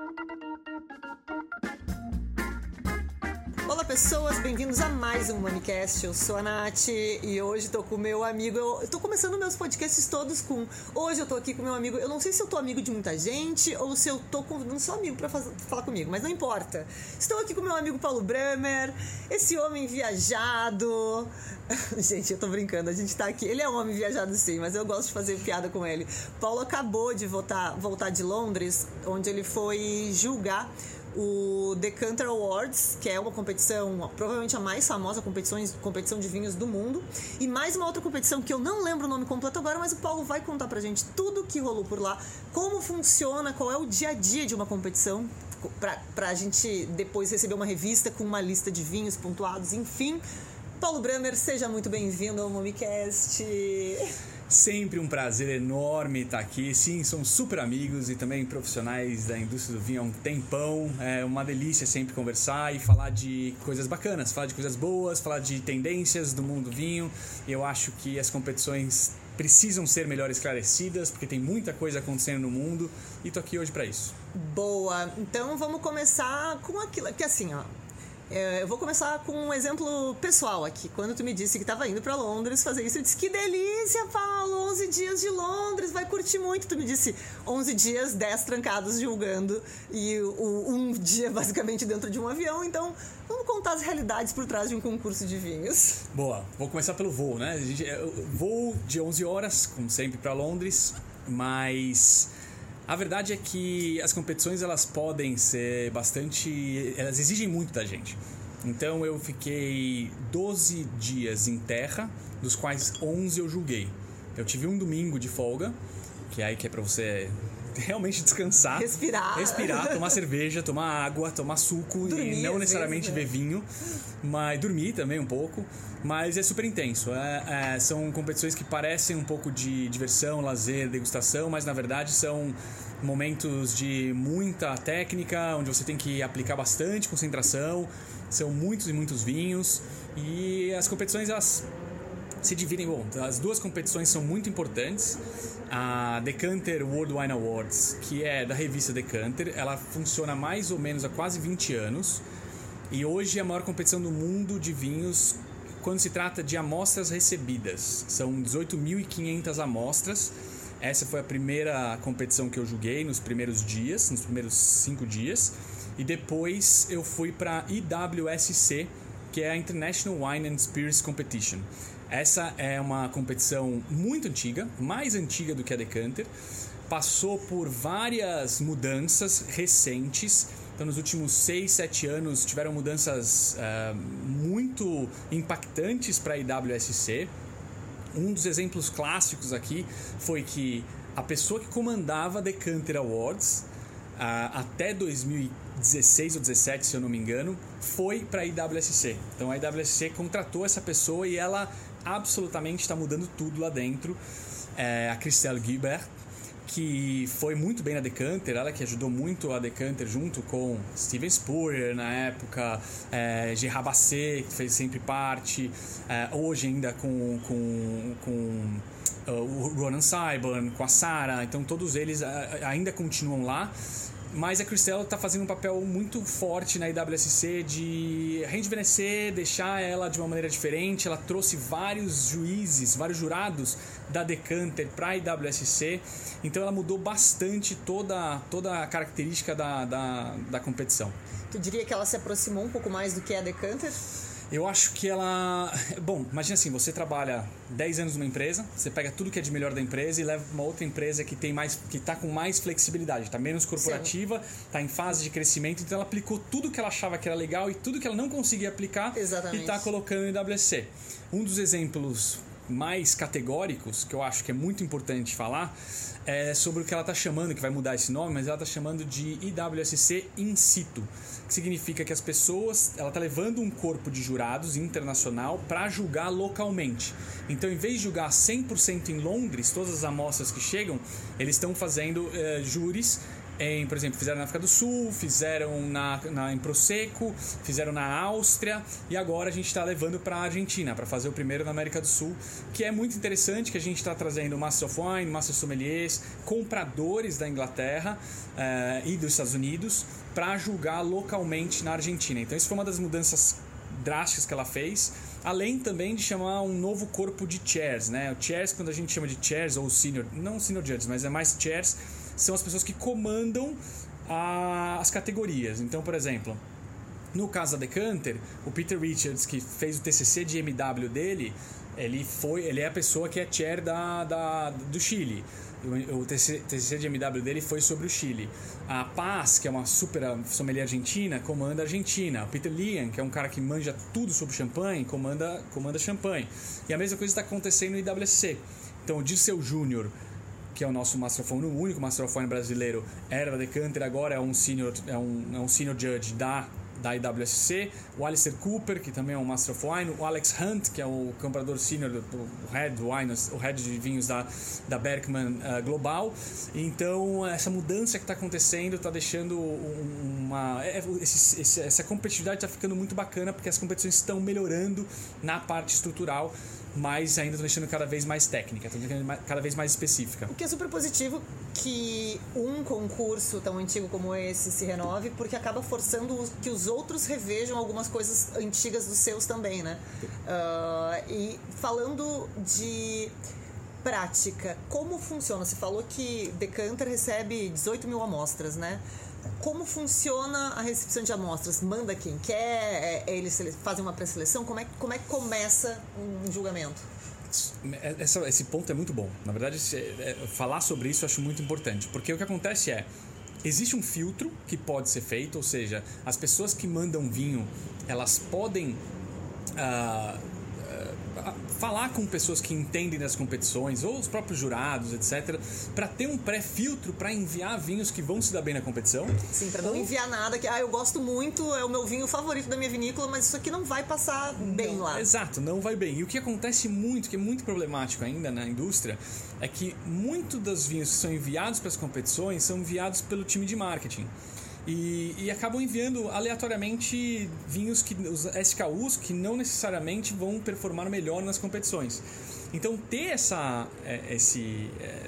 Olá pessoas, bem-vindos a mais um MamiCast. Eu sou a Nath e hoje tô com o meu amigo. Eu tô começando meus podcasts todos com... Hoje eu tô aqui com o meu amigo. Eu não sei se eu tô amigo de muita gente ou se eu tô convidando só amigo pra falar comigo, mas não importa. Estou aqui com o meu amigo Paulo Bramer, esse homem viajado. Gente, eu tô brincando, a gente tá aqui. Ele é um homem viajado sim, mas eu gosto de fazer piada com ele. Paulo acabou de voltar de Londres, onde ele foi julgar o Decanter Awards, que é uma competição, provavelmente a mais famosa competição de vinhos do mundo, e mais uma outra competição que eu não lembro o nome completo agora, mas o Paulo vai contar pra gente tudo que rolou por lá, como funciona, qual é o dia a dia de uma competição, pra gente depois receber uma revista com uma lista de vinhos pontuados, enfim. Paulo Bramer, seja muito bem-vindo ao MamiCast. Sempre um prazer enorme estar aqui. Sim, somos super amigos e também profissionais da indústria do vinho há um tempão. É uma delícia sempre conversar e falar de coisas bacanas, falar de coisas boas, falar de tendências do mundo do vinho. E eu acho que as competições precisam ser melhor esclarecidas, porque tem muita coisa acontecendo no mundo e tô aqui hoje para isso. Boa! Então vamos começar com aquilo, porque assim, ó, eu vou começar com um exemplo pessoal aqui. Quando tu me disse que estava indo para Londres fazer isso, eu disse, que delícia, Paulo, 11 dias de Londres, vai curtir muito. Tu me disse 11 dias, 10 trancados julgando e um dia basicamente dentro de um avião. Então, vamos contar as realidades por trás de um concurso de vinhos. Boa, vou começar pelo voo, né? Voo de 11 horas, como sempre, para Londres, mas... A verdade é que as competições elas podem ser bastante... Elas exigem muito da gente. Então eu fiquei 12 dias em terra, dos quais 11 eu julguei. Eu tive um domingo de folga, que é pra você realmente descansar. Respirar, tomar cerveja, tomar água, tomar suco dormir, e não necessariamente ver vinho. Mas dormir também um pouco. Mas é super intenso. São competições que parecem um pouco de diversão, lazer, degustação, mas na verdade são momentos de muita técnica, onde você tem que aplicar bastante concentração. São muitos e muitos vinhos. E as competições, elas se dividem. Bom, as duas competições são muito importantes. A Decanter World Wine Awards, que é da revista Decanter, ela funciona mais ou menos há quase 20 anos. E hoje é a maior competição do mundo de vinhos quando se trata de amostras recebidas. São 18.500 amostras. Essa foi a primeira competição que eu julguei nos primeiros dias, nos primeiros 5 dias. E depois eu fui para a IWSC, que é a International Wine and Spirits Competition. Essa é uma competição muito antiga, mais antiga do que a Decanter. Passou por várias mudanças recentes. Então, nos últimos 6, 7 anos, tiveram mudanças muito impactantes para a IWSC. Um dos exemplos clássicos aqui foi que a pessoa que comandava a Decanter Awards, até 2016 ou 2017, se eu não me engano, foi para a IWSC. Então, a IWSC contratou essa pessoa e ela absolutamente está mudando tudo lá dentro. A Christelle Guibert, que foi muito bem na Decanter, ela que ajudou muito a Decanter junto com Steven Spurrier na época, Gerard Basset, que fez sempre parte, hoje ainda com o Ronan Seiburn, com a Sarah, então todos eles ainda continuam lá. Mas a Christelle está fazendo um papel muito forte na IWSC de rejuvenescer, deixar ela de uma maneira diferente. Ela trouxe vários juízes, vários jurados da Decanter para a IWSC. Então ela mudou bastante toda a característica da competição. Tu diria que ela se aproximou um pouco mais do que a Decanter? Eu acho que ela... Bom, imagina assim, você trabalha 10 anos numa empresa, você pega tudo que é de melhor da empresa e leva para uma outra empresa que está com mais flexibilidade, está menos corporativa, está em fase de crescimento, então ela aplicou tudo que ela achava que era legal e tudo que ela não conseguia aplicar. Exatamente. E está colocando em WSC. Um dos exemplos mais categóricos, que eu acho que é muito importante falar, é sobre o que ela está chamando, que vai mudar esse nome, mas ela está chamando de IWSC In Situ, que significa que as pessoas, ela está levando um corpo de jurados internacional para julgar localmente. Então, em vez de julgar 100% em Londres, todas as amostras que chegam, eles estão fazendo júris por exemplo, fizeram na África do Sul, fizeram em Prosecco, fizeram na Áustria, e agora a gente está levando para a Argentina, para fazer o primeiro na América do Sul, que é muito interessante, que a gente está trazendo Master of Wine, Master Sommeliers, compradores da Inglaterra e dos Estados Unidos, para julgar localmente na Argentina. Então isso foi uma das mudanças drásticas que ela fez, além também de chamar um novo corpo de chairs, né? O chairs, quando a gente chama de chairs ou senior, não senior judges, mas é mais chairs, são as pessoas que comandam as categorias. Então, por exemplo, no caso da Decanter, o Peter Richards, que fez o TCC de MW dele, ele é a pessoa que é chair do Chile. O TCC de MW dele foi sobre o Chile. A Paz, que é uma super sommelier argentina, comanda a Argentina. O Peter Lian, que é um cara que manja tudo sobre champanhe, comanda champanhe. E a mesma coisa está acontecendo no IWSC. Então o Dirceu Júnior, que é o nosso Master of Wine, o único Master of Wine brasileiro, era da Decanter, agora é um senior judge da IWSC, o Alistair Cooper, que também é um Master of Wine, o Alex Hunt, que é o comprador senior, o head de vinhos da Berkman Global. Então, essa mudança que está acontecendo está deixando essa competitividade está ficando muito bacana, porque as competições estão melhorando na parte estrutural, mas ainda estão deixando cada vez mais técnica, estão deixando cada vez mais específica. O que é super positivo que um concurso tão antigo como esse se renove, porque acaba forçando que os outros revejam algumas coisas antigas dos seus também, né? E falando de prática, como funciona? Você falou que Decanter recebe 18 mil amostras, né? Como funciona a recepção de amostras? Manda quem quer? Eles fazem uma pré-seleção? Como é que começa um julgamento? Esse ponto é muito bom. Na verdade, falar sobre isso eu acho muito importante. Porque o que acontece existe um filtro que pode ser feito, ou seja, as pessoas que mandam vinho, elas podem falar com pessoas que entendem das competições, ou os próprios jurados, etc., para ter um pré-filtro para enviar vinhos que vão se dar bem na competição. Sim, para não enviar nada que eu gosto muito, é o meu vinho favorito da minha vinícola, mas isso aqui não vai passar bem lá. Exato, não vai bem. E o que acontece muito, que é muito problemático ainda na indústria, é que muitos dos vinhos que são enviados para as competições são enviados pelo time de marketing. E acabam enviando aleatoriamente vinhos, os SKUs, que não necessariamente vão performar melhor nas competições. Então ter esse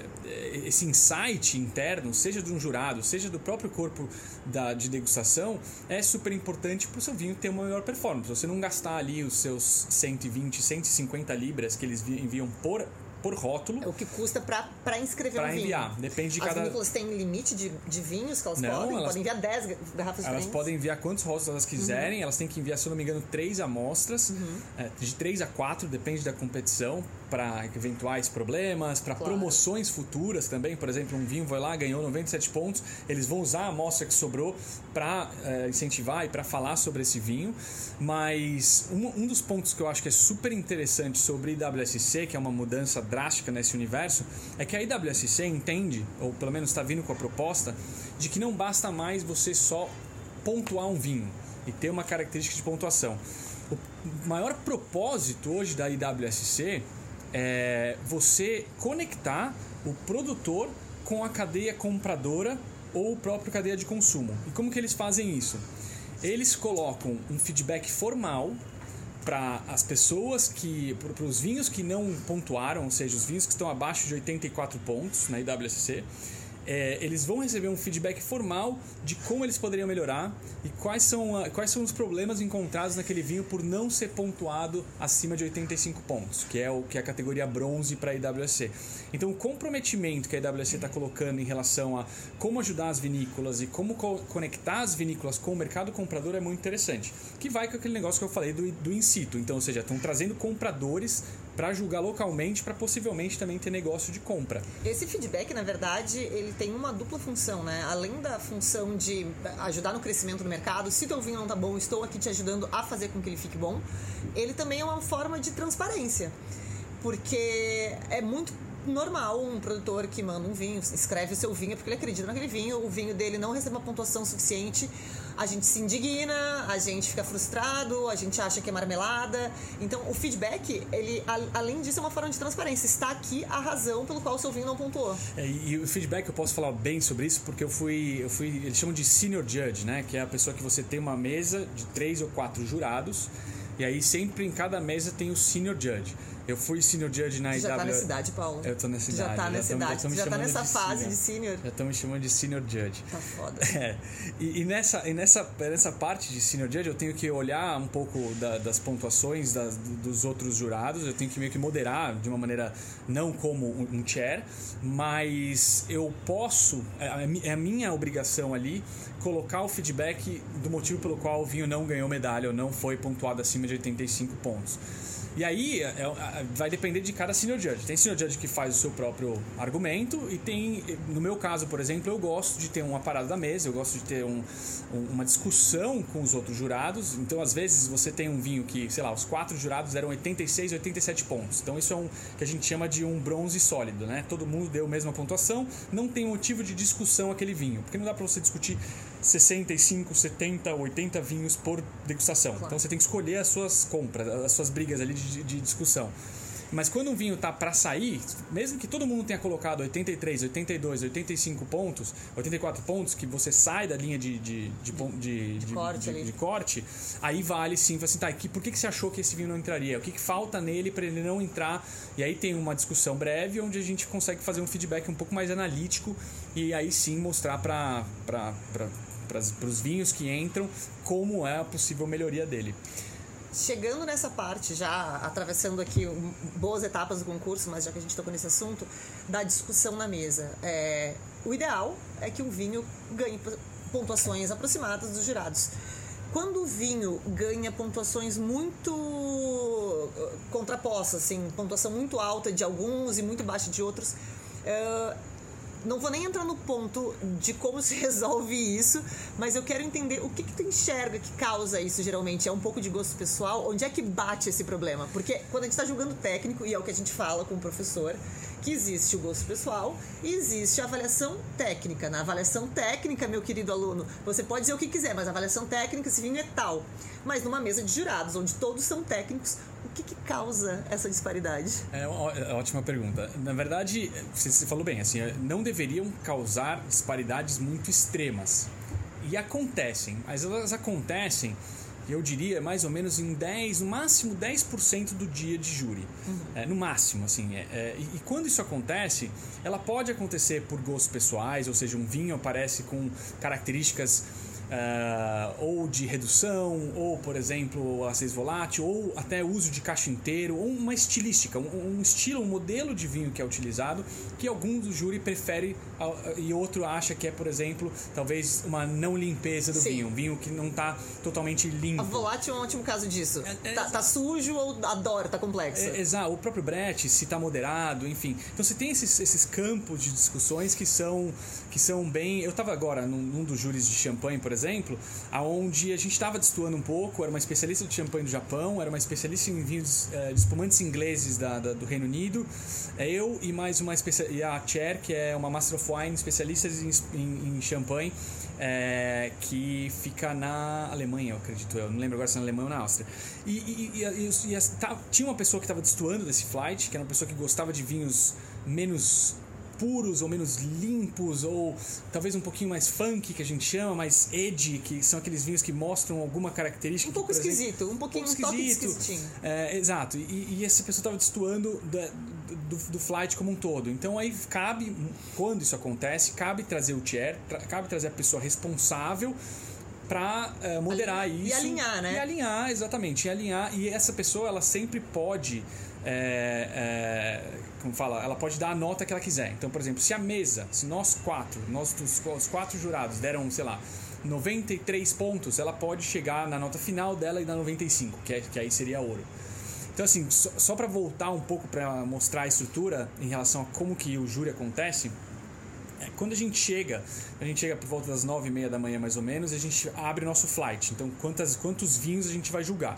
insight interno, seja de um jurado, seja do próprio corpo de degustação, é super importante para o seu vinho ter uma melhor performance. Você não gastar ali os seus 120, 150 libras que eeles enviam por rótulo. É o que custa para inscrever um vinho. Para enviar. Depende de As vinícolas têm limite de vinhos que elas podem? Podem enviar 10 garrafas diferentes? Elas podem enviar quantos rótulos elas quiserem. Elas têm que enviar, se eu não me engano, 3 amostras. De 3 a 4, depende da competição, para eventuais problemas, para promoções futuras também. Por exemplo, um vinho vai lá, ganhou 97 pontos. Eles vão usar a amostra que sobrou para incentivar e para falar sobre esse vinho. Mas um dos pontos que eu acho que é super interessante sobre IWSC, que é uma mudança drástica nesse universo, é que a IWSC entende, ou pelo menos está vindo com a proposta, de que não basta mais você só pontuar um vinho e ter uma característica de pontuação. O maior propósito hoje da IWSC é você conectar o produtor com a cadeia compradora ou a própria cadeia de consumo. E como que eles fazem isso? Eles colocam um feedback formal para as pessoas para os vinhos que não pontuaram, ou seja, os vinhos que estão abaixo de 84 pontos na IWSC, eles vão receber um feedback formal de como eles poderiam melhorar e quais são os problemas encontrados naquele vinho por não ser pontuado acima de 85 pontos, que é a categoria bronze para a IWSC. Então o comprometimento que a IWSC está colocando em relação a como ajudar as vinícolas e como conectar as vinícolas com o mercado comprador é muito interessante, que vai com aquele negócio que eu falei do in situ. Então, ou seja, estão trazendo compradores para julgar localmente, para possivelmente também ter negócio de compra. Esse feedback, na verdade, ele tem uma dupla função, né? Além da função de ajudar no crescimento do mercado, se teu vinho não tá bom, estou aqui te ajudando a fazer com que ele fique bom. Ele também é uma forma de transparência, porque é muito normal, um produtor que manda um vinho, escreve o seu vinho porque ele acredita naquele vinho, o vinho dele não recebe uma pontuação suficiente, a gente se indigna, a gente fica frustrado, a gente acha que é marmelada. Então o feedback, ele, além disso, é uma forma de transparência. Está aqui a razão pelo qual o seu vinho não pontuou. E o feedback, eu posso falar bem sobre isso porque eu fui eles chamam de senior judge, né, que é a pessoa que você tem uma mesa de 3 ou 4 jurados, e aí sempre em cada mesa tem o senior judge. Eu fui senior judge na IW. Já tá nessa idade, Paulo? Eu tô nessa idade. Já tá nessa idade. Já tá nessa fase de senior. Já estão me chamando de senior judge. Tá foda. E nessa parte de senior judge eu tenho que olhar um pouco das pontuações dos outros jurados. Eu tenho que meio que moderar de uma maneira não como um chair, mas eu posso, é a minha obrigação ali, colocar o feedback do motivo pelo qual o vinho não ganhou medalha ou não foi pontuado acima de 85 pontos. E aí vai depender de cada senior judge. Tem senior judge que faz o seu próprio argumento e tem, no meu caso, por exemplo, eu gosto de ter uma parada da mesa, eu gosto de ter uma discussão com os outros jurados. Então, às vezes, você tem um vinho que, sei lá, os 4 jurados deram 86, 87 pontos. Então, isso é que a gente chama de um bronze sólido, né? Todo mundo deu a mesma pontuação, não tem motivo de discussão aquele vinho, porque não dá pra você discutir 65, 70, 80 vinhos por degustação. Claro. Então você tem que escolher as suas compras, as suas brigas ali de discussão. Mas quando um vinho tá para sair, mesmo que todo mundo tenha colocado 83, 82, 85 pontos, 84 pontos, que você sai da linha de corte, aí vale sim, assim, tá, por que você achou que esse vinho não entraria? O que falta nele para ele não entrar? E aí tem uma discussão breve onde a gente consegue fazer um feedback um pouco mais analítico e aí sim mostrar para os vinhos que entram como é a possível melhoria dele. Chegando nessa parte, já atravessando aqui boas etapas do concurso, mas já que a gente tocou nesse assunto, da discussão na mesa. O ideal é que um vinho ganhe pontuações aproximadas dos jurados. Quando o vinho ganha pontuações muito contrapostas, assim, pontuação muito alta de alguns e muito baixa de outros, não vou nem entrar no ponto de como se resolve isso, mas eu quero entender o que tu enxerga que causa isso geralmente. É um pouco de gosto pessoal? Onde é que bate esse problema? Porque quando a gente está julgando técnico, e é o que a gente fala com o professor, que existe o gosto pessoal e existe a avaliação técnica. Na avaliação técnica, meu querido aluno, você pode dizer o que quiser, mas a avaliação técnica, esse vinho é tal. Mas numa mesa de jurados, onde todos são técnicos, o que causa essa disparidade? É uma ótima pergunta. Na verdade, você falou bem, assim, não deveriam causar disparidades muito extremas. E acontecem, mas elas acontecem, eu diria, mais ou menos em 10, no máximo 10% do dia de júri. No máximo, assim. E quando isso acontece, ela pode acontecer por gostos pessoais, ou seja, um vinho aparece com características ou de redução, ou, por exemplo, acidez volátil, ou até uso de cacho inteiro, ou uma estilística, um estilo, um modelo de vinho que é utilizado, que algum do júri prefere e outro acha que é, por exemplo, talvez uma não limpeza do vinho, um vinho que não está totalmente limpo. A volátil é um ótimo caso disso. Tá sujo ou adoro, tá complexo. Exato, o próprio Brett, se tá moderado, enfim. Então você tem esses campos de discussões que são bem... Eu estava agora num dos júris de champanhe, por exemplo, onde a gente estava destoando um pouco, era uma especialista de champanhe do Japão, era uma especialista em vinhos de espumantes ingleses do Reino Unido, eu e mais uma e a Cher, que é uma Master of Wine, especialista em champanhe, que fica na Alemanha, eu acredito, eu não lembro agora se é na Alemanha ou na Áustria. Tinha uma pessoa que estava destoando desse flight, que era uma pessoa que gostava de vinhos menos puros ou menos limpos, ou talvez um pouquinho mais funk, que a gente chama, mais edgy, que são aqueles vinhos que mostram alguma característica. Um pouco esquisito, um pouquinho esquisitinho. Exato, e essa pessoa estava destoando do flight como um todo. Então aí cabe, quando isso acontece, cabe trazer o chair, cabe trazer a pessoa responsável para moderar isso. E alinhar, né? E alinhar, exatamente. E essa pessoa, ela sempre pode... como fala, ela pode dar a nota que ela quiser. Então, por exemplo, se a mesa, se os 4 jurados deram, sei lá, 93 pontos, ela pode chegar na nota final dela e dar 95, que aí seria ouro. Então, assim, só para voltar um pouco para mostrar a estrutura em relação a como que o júri acontece, quando a gente chega por volta das 9h30 da manhã mais ou menos, a gente abre o nosso flight. Então, quantos vinhos a gente vai julgar?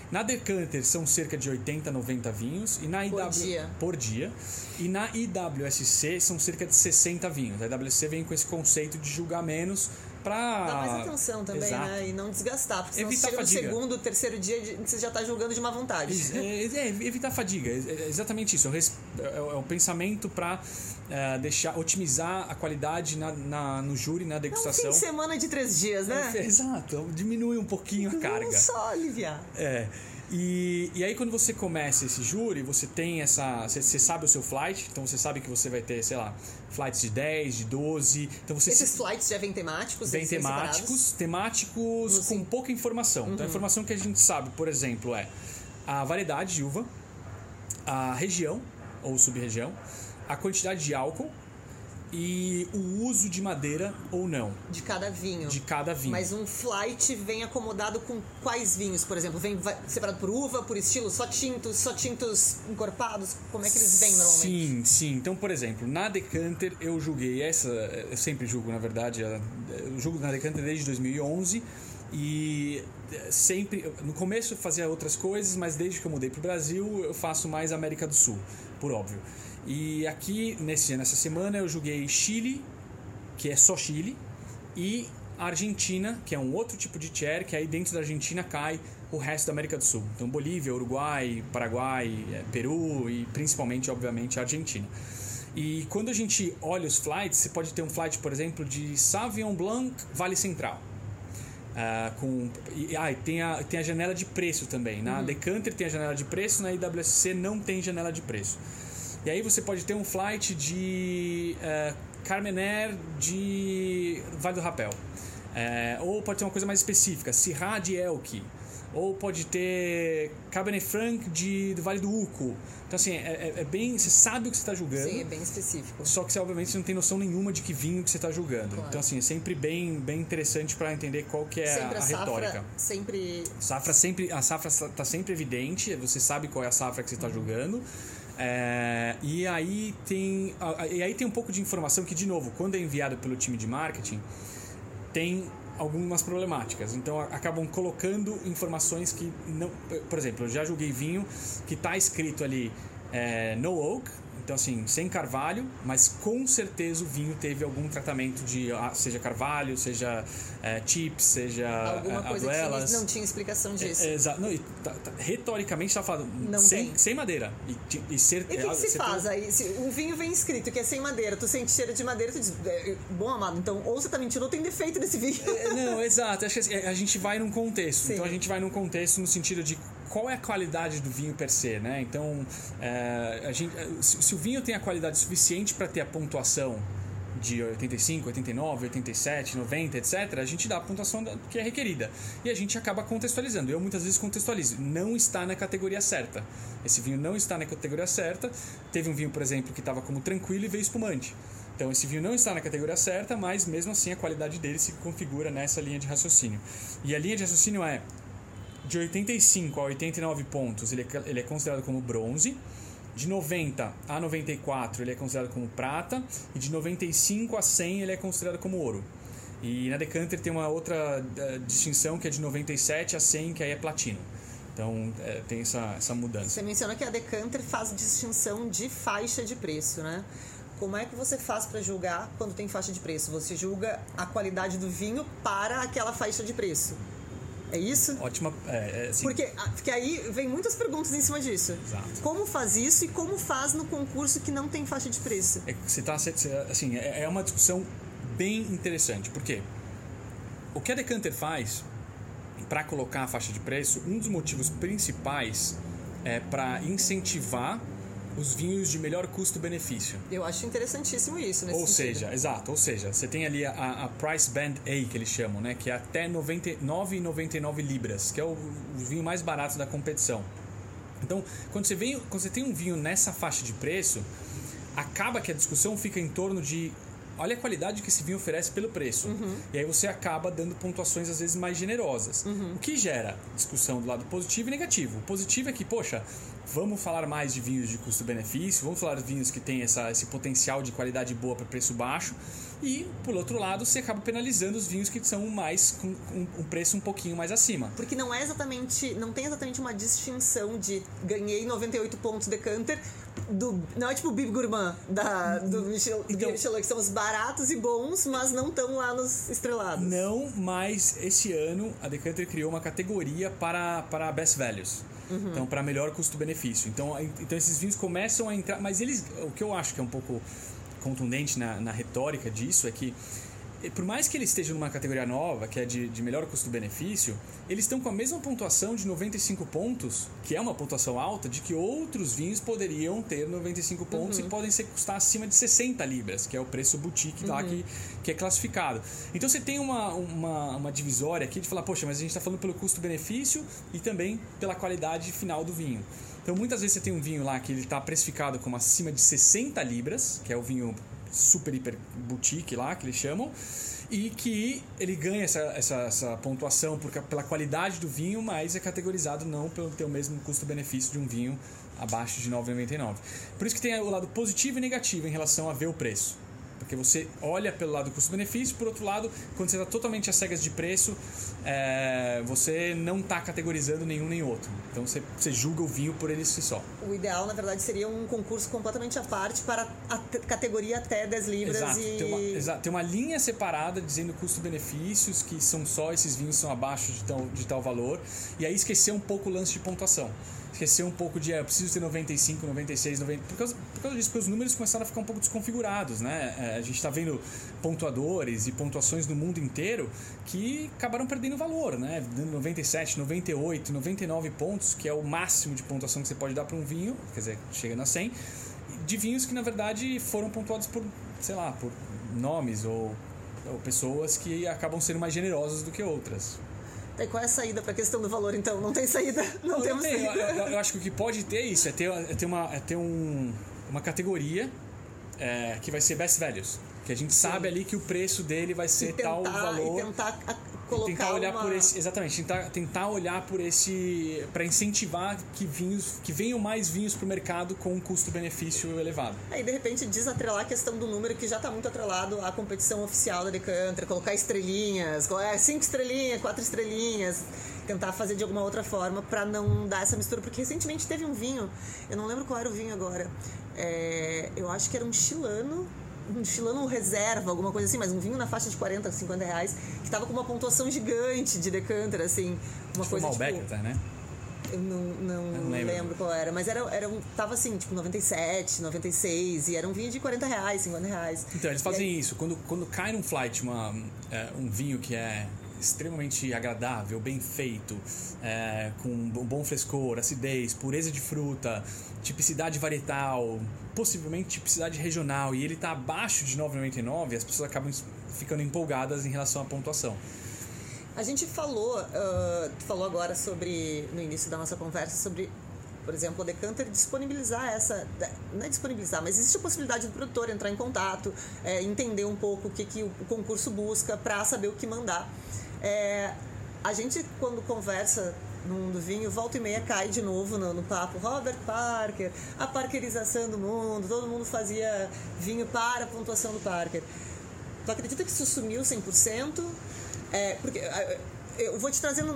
Na Decanter são cerca de 80, 90 vinhos. E na por dia. E na IWSC são cerca de 60 vinhos. A IWSC vem com esse conceito de julgar menos para dar mais atenção também, Exato. Né? E não desgastar. Porque senão evitar chega no fadiga. segundo, terceiro dia, você já tá julgando de má vontade. Evitar a fadiga. É exatamente isso. É o pensamento para otimizar a qualidade no júri, na degustação. É um fim de semana de 3 dias, né? Exato. Diminui um pouquinho a carga. Vamos só aliviar. E aí quando você começa esse júri, você tem você sabe o seu flight, então você sabe que você vai ter, sei lá, flights de 10, de 12. Então esses flights já vêm temáticos? Vêm temáticos com pouca informação. Então a informação que a gente sabe, por exemplo, é a variedade de uva, a região ou sub-região, a quantidade de álcool e o uso de madeira ou não. De cada vinho. Mas um flight vem acomodado com quais vinhos, por exemplo? Vem separado por uva, por estilo, só tintos encorpados? Como é que eles vêm normalmente? Sim. Então, por exemplo, na Decanter eu julguei eu sempre julgo, na verdade, eu julgo na Decanter desde 2011 e sempre, no começo eu fazia outras coisas, mas desde que eu mudei para o Brasil eu faço mais América do Sul, por óbvio. E aqui, nessa semana, eu julguei Chile, que é só Chile, e Argentina, que é um outro tipo de cher, que aí dentro da Argentina cai o resto da América do Sul. Então, Bolívia, Uruguai, Paraguai, Peru e principalmente, obviamente, a Argentina. E quando a gente olha os flights, você pode ter um flight, por exemplo, de Sauvignon Blanc Vale Central. Tem a janela de preço também. Na Decanter tem a janela de preço, na IWSC não tem janela de preço. E aí você pode ter um flight de Carmener de Vale do Rapel. Ou pode ter uma coisa mais específica, Syrah de Elqui. Ou pode ter Cabernet Franc do Vale do Uco. Então assim, você sabe o que você está julgando. Sim, é bem específico. Só que obviamente você não tem noção nenhuma de que vinho que você está julgando. Claro. Então assim, é sempre bem interessante para entender qual que é a retórica. A safra está sempre evidente, você sabe qual é a safra que você está julgando. E aí tem um pouco de informação que, de novo, quando é enviado pelo time de marketing, tem algumas problemáticas. Então acabam colocando informações que não... Por exemplo, eu já julguei vinho que está escrito ali no oak, então assim, sem carvalho, mas com certeza o vinho teve algum tratamento de seja carvalho, seja chips, seja alguma coisa aduelas. Que não tinha explicação disso. Exato. Retoricamente está falando sem madeira. E que se faz aí? Se um vinho vem escrito que é sem madeira, tu sente cheiro de madeira, tu diz, bom amado, então ou você tá mentindo ou tem defeito nesse vinho. Não, exato. Acho que a gente vai num contexto. Sim. Então a gente vai num contexto no sentido de qual é a qualidade do vinho per se, né? Então, se o vinho tem a qualidade suficiente para ter a pontuação de 85, 89, 87, 90, etc., a gente dá a pontuação que é requerida. E a gente acaba contextualizando. Eu muitas vezes contextualizo. Não está na categoria certa. Esse vinho não está na categoria certa. Teve um vinho, por exemplo, que estava como tranquilo e veio espumante. Então, esse vinho não está na categoria certa, mas mesmo assim a qualidade dele se configura nessa linha de raciocínio. E a linha de raciocínio é de 85 a 89 pontos, ele é considerado como bronze. De 90 a 94 ele é considerado como prata. E de 95 a 100 ele é considerado como ouro. E na Decanter tem uma outra distinção que é de 97 a 100, que aí é platino. Então tem essa mudança. Você menciona que a Decanter faz distinção de faixa de preço, né? Como é que você faz para julgar quando tem faixa de preço? Você julga a qualidade do vinho para aquela faixa de preço. É isso? Ótima. Assim. Porque aí vem muitas perguntas em cima disso. Exato. Como faz isso e como faz no concurso que não tem faixa de preço? Assim, é uma discussão bem interessante. Por quê? O que a Decanter faz para colocar a faixa de preço, um dos motivos principais é para incentivar os vinhos de melhor custo-benefício. Eu acho interessantíssimo isso. Ou seja, você tem ali a Price Band A, que eles chamam, né? Que é até 99,99 libras, que é o vinho mais barato da competição. Então, quando você tem um vinho nessa faixa de preço, acaba que a discussão fica em torno de olha a qualidade que esse vinho oferece pelo preço. E aí você acaba dando pontuações às vezes mais generosas. O que gera discussão do lado positivo e negativo. O positivo é que, poxa, vamos falar mais de vinhos de custo-benefício, vamos falar de vinhos que têm esse potencial de qualidade boa para preço baixo. E, por outro lado, você acaba penalizando os vinhos que são mais com um preço um pouquinho mais acima. Porque não tem exatamente uma distinção de ganhei 98 pontos decanter, não é tipo o Bib Gourmand do Michelin, que são os baratos e bons, mas não estão lá nos estrelados. Não, mas esse ano a Decanter criou uma categoria para Best Values. Então, para melhor custo-benefício. Então, esses vinhos começam a entrar... Mas o que eu acho que é um pouco contundente na retórica disso é que, por mais que eles estejam numa categoria nova, que é de melhor custo-benefício, eles estão com a mesma pontuação de 95 pontos, que é uma pontuação alta, de que outros vinhos poderiam ter 95 pontos e podem custar acima de 60 libras, que é o preço boutique lá que é classificado. Então você tem uma divisória aqui de falar, poxa, mas a gente está falando pelo custo-benefício e também pela qualidade final do vinho. Então muitas vezes você tem um vinho lá que ele está precificado como acima de 60 libras, que é o vinho super hiper boutique lá, que eles chamam, e que ele ganha essa pontuação pela qualidade do vinho, mas é categorizado não pelo ter o mesmo custo-benefício de um vinho abaixo de 9,99. Por isso que tem o lado positivo e negativo em relação a ver o preço. Porque você olha pelo lado do custo-benefício, por outro lado, quando você está totalmente às cegas de preço, você não está categorizando nenhum nem outro. Então você julga o vinho por ele si só. O ideal, na verdade, seria um concurso completamente à parte para a categoria até 10 libras. Exato. Tem uma linha separada dizendo custo-benefícios, que são só esses vinhos são abaixo de tal valor. E aí esquecer um pouco o lance de pontuação. Esquecer um pouco de eu preciso ter 95, 96, 90. Por causa disso, porque os números começaram a ficar um pouco desconfigurados, né? A gente está vendo pontuadores e pontuações no mundo inteiro que acabaram perdendo valor, né? Dando 97, 98, 99 pontos, que é o máximo de pontuação que você pode dar para um vinho, quer dizer, chegando a 100, de vinhos que na verdade foram pontuados por, sei lá, por nomes ou pessoas que acabam sendo mais generosas do que outras. E qual é a saída para a questão do valor, então? Não tem saída? Não temos saída. Eu acho que o que pode ter isso é ter uma categoria que vai ser Best Values. Que a gente sabe ali que o preço dele vai ser tal valor. E tentar colocar tentar olhar por esse, exatamente, tentar olhar por esse, para incentivar que venham mais vinhos para o mercado com um custo-benefício elevado. Aí de repente desatrelar a questão do número, que já está muito atrelado à competição oficial da Decanter, colocar estrelinhas, 5 estrelinhas, 4 estrelinhas, tentar fazer de alguma outra forma para não dar essa mistura, porque recentemente teve um vinho, eu não lembro qual era o vinho agora, eu acho que era um chilano reserva, alguma coisa assim, mas um vinho na faixa de 40, 50 reais, que tava com uma pontuação gigante de Decanter, assim, uma coisa Malbec, tipo... né? Eu não lembro qual era, mas tava assim, tipo 97, 96, e era um vinho de 40 reais, 50 reais. Então, eles fazem isso, quando cai num flight um vinho que é extremamente agradável, bem feito, com um bom frescor, acidez, pureza de fruta, tipicidade varietal, possivelmente tipicidade regional, e ele está abaixo de 9,99, as pessoas acabam ficando empolgadas em relação à pontuação. A gente falou agora no início da nossa conversa, sobre, por exemplo, a Decanter disponibilizar não é disponibilizar, mas existe a possibilidade do produtor entrar em contato, entender um pouco o que o concurso busca para saber o que mandar. A gente, quando conversa no mundo do vinho, volta e meia cai de novo no papo Robert Parker, a parkerização do mundo, todo mundo fazia vinho para a pontuação do Parker. Tu acredita que isso sumiu 100%? Porque eu vou te trazendo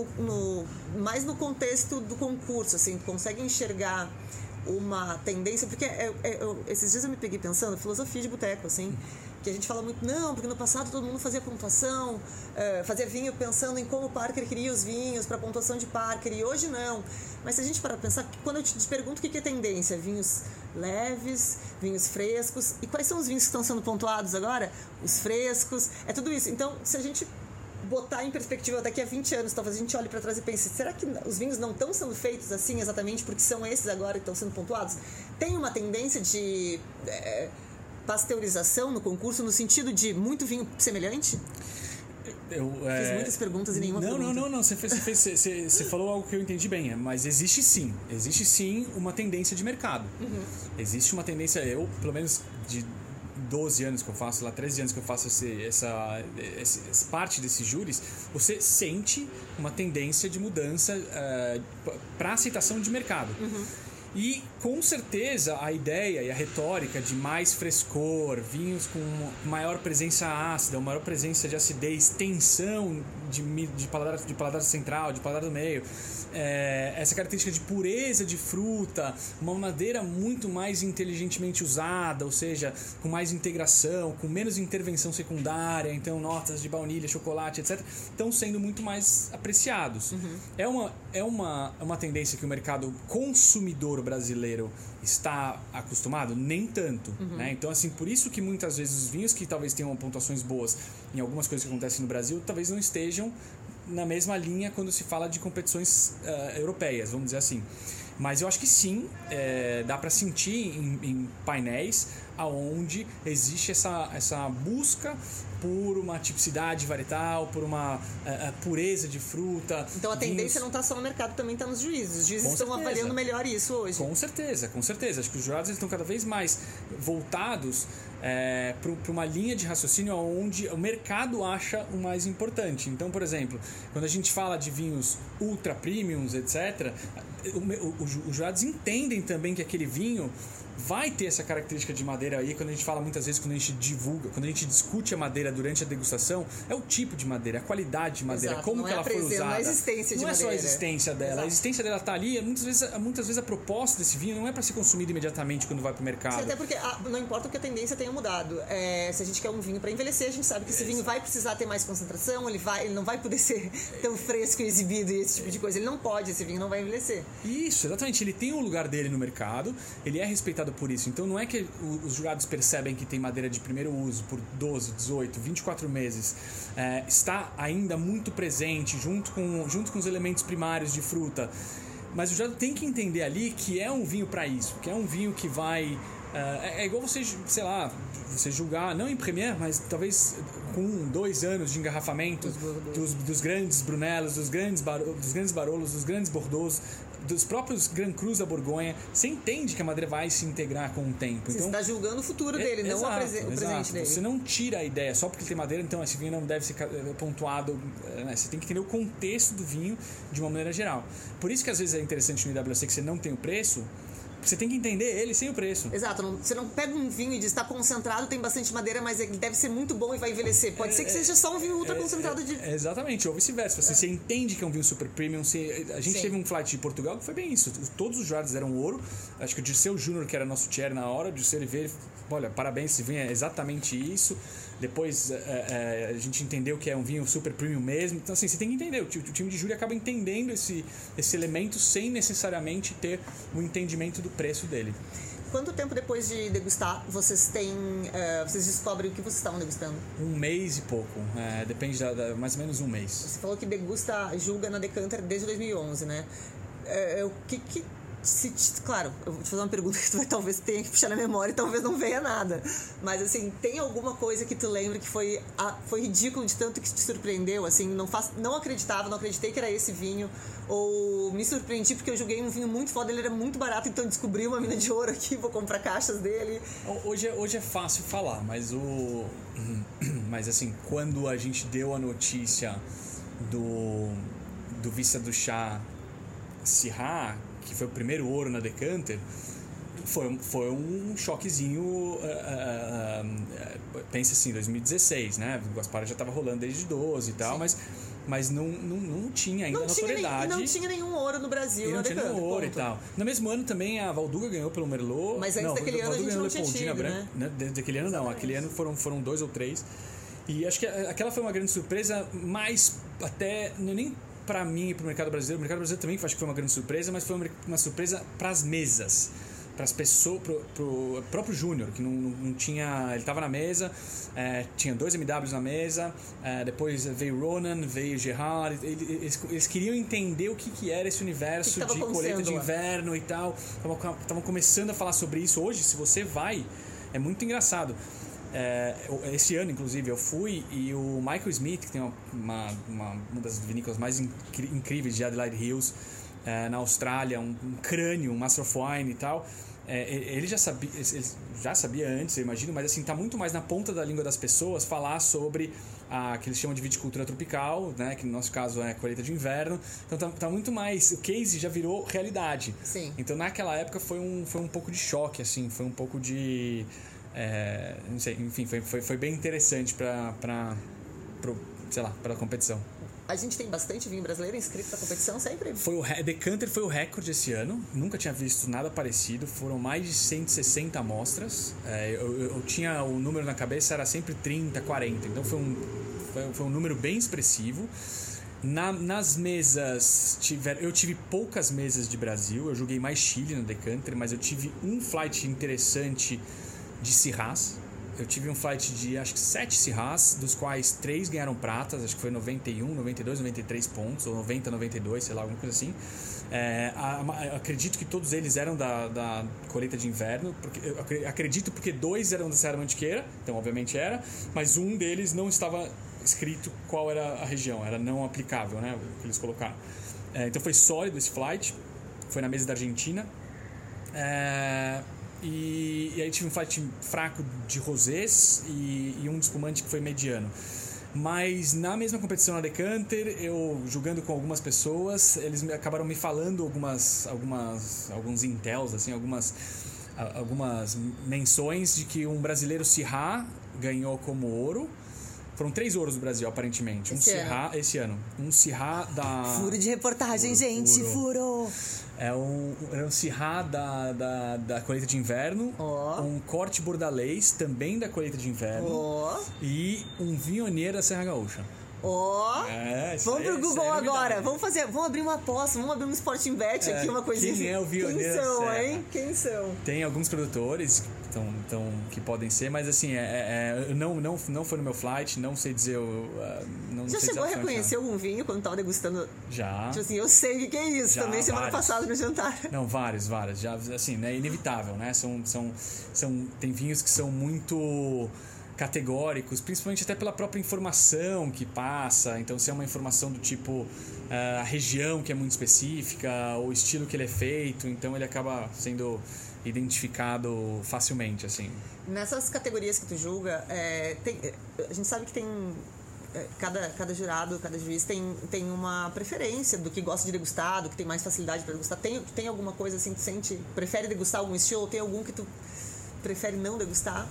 mais no contexto do concurso, assim, consegue enxergar uma tendência, porque esses dias eu me peguei pensando, filosofia de boteco, assim, que a gente fala muito, não, porque no passado todo mundo fazia pontuação, fazia vinho pensando em como o Parker queria os vinhos para pontuação de Parker, e hoje não. Mas se a gente parar para pensar, quando eu te pergunto o que é tendência, vinhos leves, vinhos frescos, e quais são os vinhos que estão sendo pontuados agora? Os frescos, é tudo isso. Então, se a gente botar em perspectiva daqui a 20 anos, talvez a gente olhe para trás e pense, será que os vinhos não estão sendo feitos assim exatamente porque são esses agora que estão sendo pontuados? Tem uma tendência de pasteurização no concurso, no sentido de muito vinho semelhante? Fiz muitas perguntas e nenhuma pergunta. Não. Você falou algo que eu entendi bem, mas existe sim uma tendência de mercado. Uhum. Existe uma tendência, eu, pelo menos de 12 anos que eu faço, 13 anos que eu faço essa parte desses júris, você sente uma tendência de mudança para aceitação de mercado. Uhum. E com certeza a ideia e a retórica de mais frescor, vinhos com maior presença ácida, maior presença de acidez, tensão de paladar central, de paladar do meio, essa característica de pureza de fruta, uma madeira muito mais inteligentemente usada, ou seja, com mais integração, com menos intervenção secundária, então notas de baunilha, chocolate, etc., estão sendo muito mais apreciados. É uma tendência que o mercado consumidor brasileiro está acostumado? Nem tanto. Né? Então, assim, por isso que muitas vezes os vinhos que talvez tenham pontuações boas em algumas coisas que acontecem no Brasil, talvez não estejam na mesma linha quando se fala de competições europeias, vamos dizer assim. Mas eu acho que sim, dá para sentir em painéis aonde existe essa busca por uma tipicidade varietal, por uma pureza de fruta. Então a tendência não está só no mercado, também está nos juízes. Os juízes estão avaliando melhor isso hoje. Com certeza. Acho que os jurados estão cada vez mais voltados para uma linha de raciocínio onde o mercado acha o mais importante. Então, por exemplo, quando a gente fala de vinhos ultra premiums, etc., os jurados entendem também que aquele vinho vai ter essa característica de madeira aí. Quando a gente fala muitas vezes, quando a gente divulga, quando a gente discute a madeira durante a degustação, é o tipo de madeira, a qualidade de madeira, Exato, como que ela foi usada. Não é a existência de madeira. Não é só a existência dela. Exato. A existência dela está ali. Muitas vezes a proposta desse vinho não é para ser consumido imediatamente quando vai para o mercado. Sim, até porque não importa que a tendência tenha mudado. Se a gente quer um vinho para envelhecer, a gente sabe que esse vinho vai precisar ter mais concentração, ele não vai poder ser tão fresco e exibido e esse tipo de coisa. Ele não pode, esse vinho não vai envelhecer. Isso, exatamente. Ele tem um lugar dele no mercado, ele é respeitado por isso. Então não é que os jurados percebem que tem madeira de primeiro uso por 12, 18, 24 meses, está ainda muito presente junto com os elementos primários de fruta. Mas o jurado tem que entender ali que é um vinho para isso, que é um vinho que vai... É igual você, sei lá, você julgar, não em Premier, mas talvez com 2 anos de engarrafamento dos grandes Brunelos, dos grandes Barolos, dos grandes Bordeaux, dos próprios Grand Crus da Borgonha. Você entende que a madeira vai se integrar com o tempo. Você está julgando o futuro dele, não o presente dele. Você não tira a ideia só porque ele tem madeira, então esse vinho não deve ser pontuado. Né? Você tem que entender o contexto do vinho de uma maneira geral. Por isso que às vezes é interessante no IWC que você não tem o preço. Você tem que entender ele sem o preço. Exato. Você não pega um vinho e diz, está concentrado, tem bastante madeira, mas ele deve ser muito bom e vai envelhecer. Pode ser que seja só um vinho ultra concentrado de... Exatamente, ou vice-versa. Você entende que é um vinho super premium. A gente teve um flight de Portugal que foi bem isso. Todos os jurados deram ouro. Acho que o Dirceu Júnior, que era nosso chair na hora, o Dirceu Oliveira, olha, parabéns, esse vinho é exatamente isso. Depois a gente entendeu que é um vinho super premium mesmo. Então, assim, você tem que entender. O time de júri acaba entendendo esse elemento sem necessariamente ter o entendimento do preço dele. Quanto tempo depois de degustar vocês descobrem o que vocês estavam degustando? 1 mês e pouco. Depende mais ou menos 1 mês. Você falou que julga na Decanter desde 2011, né? Claro, eu vou te fazer uma pergunta que tu talvez tenha que puxar na memória e talvez não venha nada. Mas assim, tem alguma coisa que tu lembra que foi ridículo de tanto que te surpreendeu? Assim, não acreditei que era esse vinho. Ou me surpreendi porque eu julguei um vinho muito foda, ele era muito barato, então descobri uma mina de ouro aqui, vou comprar caixas dele. Hoje é fácil falar, mas assim, quando a gente deu a notícia do Vista do Chá Syrah, que foi o primeiro ouro na Decanter, foi um choquezinho. Pensa assim, 2016, né? O Gaspar já estava rolando desde 12 e tal, mas não tinha ainda notoriedade. Não tinha nenhum ouro no Brasil. Não tinha nenhum ouro e tal. No mesmo ano também a Valduga ganhou pelo Merlot. Mas antes daquele ano a gente não tinha tido, né? Desde aquele ano não. Aquele ano foram 2 ou 3. E acho que aquela foi uma grande surpresa, mas até nem para mim e para o mercado brasileiro. O mercado brasileiro também acho que foi uma grande surpresa, mas foi uma surpresa para as mesas, para as pessoas, pro próprio Júnior, que não tinha, ele estava na mesa, tinha 2 MWs na mesa, depois veio Ronan, veio Gerard, eles queriam entender o que era esse universo de colheita de inverno e tal, estavam começando a falar sobre isso. Hoje, se você vai, é muito engraçado. Esse ano, inclusive, eu fui e o Michael Smith, que tem uma das vinícolas mais incríveis de Adelaide Hills, na Austrália, um crânio, um Master of Wine e tal, ele já sabia antes, eu imagino, mas assim, tá muito mais na ponta da língua das pessoas falar sobre a que eles chamam de viticultura tropical, né? Que no nosso caso é colheita de inverno. Então tá muito mais... O case já virou realidade. Sim. Então naquela época foi um pouco de choque, assim. Foi um pouco de... não sei, enfim, foi bem interessante para a competição. A gente tem bastante vinho brasileiro inscrito na competição sempre? Decanter foi o recorde esse ano. Nunca tinha visto nada parecido. Foram mais de 160 amostras. Eu tinha o número na cabeça, era sempre 30, 40. Então foi um número bem expressivo. Nas mesas, eu tive poucas mesas de Brasil. Eu joguei mais Chile no Decanter, mas eu tive um flight interessante de Syrahs. Eu tive um flight de acho que 7 Syrahs, dos quais 3 ganharam pratas, acho que foi 91, 92, 93 pontos, ou 90, 92, sei lá, alguma coisa assim. Acredito que todos eles eram da colheita de inverno, acredito porque 2 eram da Serra Mantiqueira, então obviamente era, mas um deles não estava escrito qual era a região, era não aplicável, né, o que eles colocaram. Então foi sólido esse flight, foi na mesa da Argentina. E aí tive um flight fraco de rosés e um de espumante que foi mediano. Mas na mesma competição na Decanter, eu jogando com algumas pessoas, eles acabaram me falando alguns intels, assim, algumas menções de que um brasileiro Syrah ganhou como ouro. Foram 3 ouros do Brasil, aparentemente. Esse ano. Um Syrah da... Furo de reportagem, gente. Furo! Era um Syrah da colheita de inverno, um corte bordalês, também da colheita de inverno, e um vinhoneiro da Serra Gaúcha. Vamos pro Google agora. Vamos abrir uma aposta, vamos abrir um Sporting Bet aqui, uma coisinha. Quem é o vinhoneiro? Quem são, hein? Quem são? Tem alguns produtores que podem ser, mas assim, não foi no meu flight, não sei dizer. Já chegou a reconhecer algum vinho quando tava degustando? Já. Tipo assim, eu sei o que é isso. Já, também semana passada no jantar. Não, vários. Já, assim, é inevitável, né? Tem vinhos que são muito categóricos, principalmente até pela própria informação que passa. Então, se é uma informação do tipo a região que é muito específica, o estilo que ele é feito, então ele acaba sendo identificado facilmente, assim. Nessas categorias que tu julga, a gente sabe que tem cada jurado, cada juiz tem uma preferência do que gosta de degustar, do que tem mais facilidade para degustar. Tem alguma coisa assim que tu prefere degustar algum estilo, ou tem algum que tu prefere não degustar?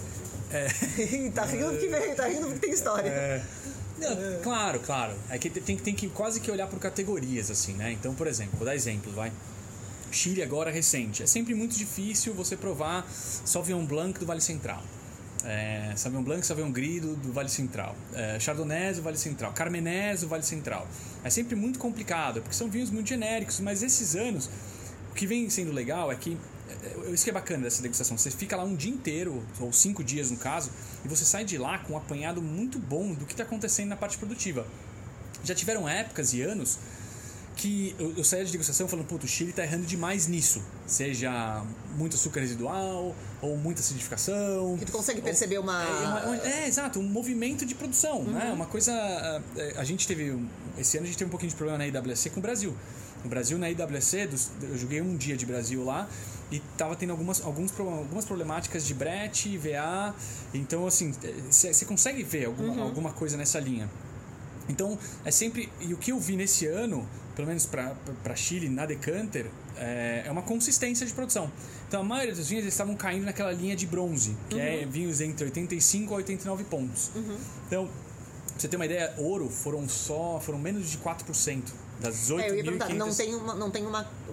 Tá rindo porque tem história. Não, claro. É que tem que quase que olhar por categorias, assim, né? Então, por exemplo, vou dar exemplos, vai. Chile agora recente. É sempre muito difícil você provar Sauvignon Blanc do Vale Central. Sauvignon Blanc, Sauvignon Gris do Vale Central. Chardonnay do Vale Central. Carmenère do Vale Central. É sempre muito complicado, porque são vinhos muito genéricos, mas esses anos, o que vem sendo legal é que isso que é bacana dessa degustação. Você fica lá um dia inteiro, ou 5 dias no caso, e você sai de lá com um apanhado muito bom do que está acontecendo na parte produtiva. Já tiveram épocas e anos que eu saía de degustação falando, o Chile está errando demais nisso. Seja muito açúcar residual, ou muita acidificação. Que tu consegue perceber exato, um movimento de produção, né? Uma coisa... Esse ano a gente teve um pouquinho de problema na IWC com o Brasil. No Brasil, na IWC, eu joguei um dia de Brasil lá, e tava tendo algumas problemáticas de brete, IVA. Então, assim, você consegue ver alguma coisa nessa linha. Então, é sempre... E o que eu vi nesse ano, pelo menos para Chile, na Decanter, é uma consistência de produção. Então, a maioria dos vinhos estavam caindo naquela linha de bronze, que é vinhos entre 85 a 89 pontos. Então, pra você ter uma ideia, ouro foram menos de 4% das 18.500... Eu ia perguntar, não tem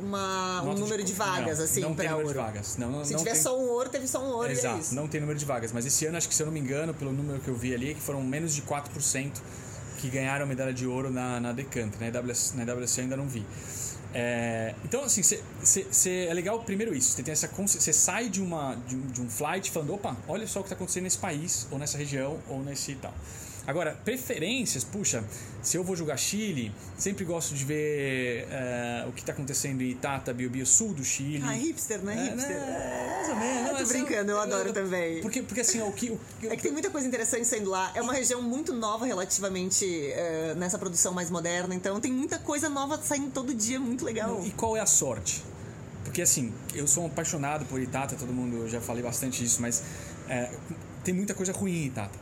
um número de vagas, assim, não pra tem número ouro. de vagas. Se tiver só um ouro, teve só um ouro. Exato, e é isso. não tem número de vagas. Mas esse ano, acho que, se eu não me engano, pelo número que eu vi ali, que foram menos de 4% que ganharam medalha de ouro na Decanter. Na WC eu ainda não vi. Então, assim, é legal, primeiro isso, você sai de um flight falando, opa, olha só o que está acontecendo nesse país, ou nessa região, ou nesse e tal. Agora, preferências, puxa, se eu vou jogar Chile, sempre gosto de ver o que está acontecendo em Itata, Biobío, sul do Chile. Hipster, não é hipster? Mais ou menos. Tô brincando, eu adoro também. Porque assim, é que tem muita coisa interessante saindo lá. É uma região muito nova relativamente nessa produção mais moderna, então tem muita coisa nova saindo todo dia, muito legal. E qual é a sorte? Porque assim, eu sou apaixonado por Itata, todo mundo, eu já falei bastante disso, mas tem muita coisa ruim em Itata.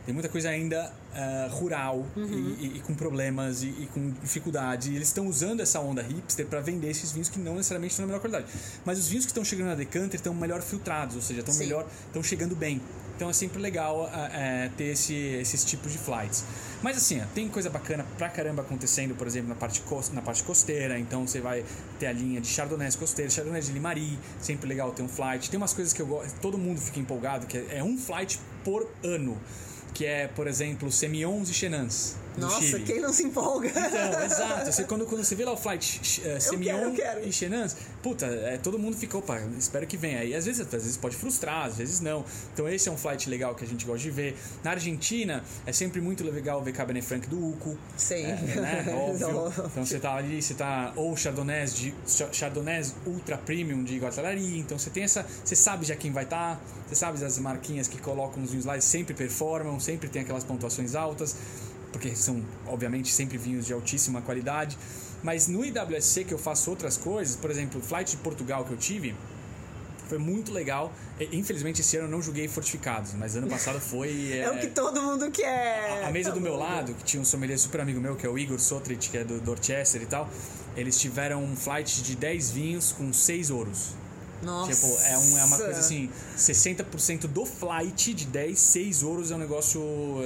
Tem muita coisa ainda rural e com problemas e com dificuldade. E eles estão usando essa onda hipster para vender esses vinhos que não necessariamente estão na melhor qualidade. Mas os vinhos que estão chegando na Decanter estão melhor filtrados, ou seja, estão chegando bem. Então é sempre legal ter esses tipos de flights. Mas assim, tem coisa bacana pra caramba acontecendo, por exemplo, na parte costeira. Então você vai ter a linha de Chardonnay costeiro, Chardonnay de Limari, sempre legal ter um flight. Tem umas coisas que eu gosto, todo mundo fica empolgado, que é um flight por ano. Que é, por exemplo, Semillons e Chenans. Nossa, Chile. Quem não se empolga? Então, exato. Quando você vê lá o flight Semillon e Chenans, puta, todo mundo ficou, opa, espero que venha. E às vezes pode frustrar, às vezes não. Então esse é um flight legal que a gente gosta de ver. Na Argentina, é sempre muito legal ver Cabernet Franc do Uco. Sim. Né? Óbvio. Então você tá ali, ou Chardonnays Ultra Premium de Guatalari. Então você tem você sabe já quem vai estar, você sabe as marquinhas que colocam os vinhos lá, sempre performam, sempre tem aquelas pontuações altas, porque são, obviamente, sempre vinhos de altíssima qualidade. Mas no IWSC, que eu faço outras coisas, por exemplo, o flight de Portugal que eu tive, foi muito legal. Infelizmente, esse ano eu não joguei fortificados, mas ano passado foi... É o que todo mundo quer. A mesa do meu lado, que tinha um sommelier super amigo meu, que é o Igor Sotrit, que é do Dorchester e tal, eles tiveram um flight de 10 vinhos com 6 ouros. Nossa. Tipo, é uma coisa assim, 60% do flight de 10, 6 ouros é um negócio,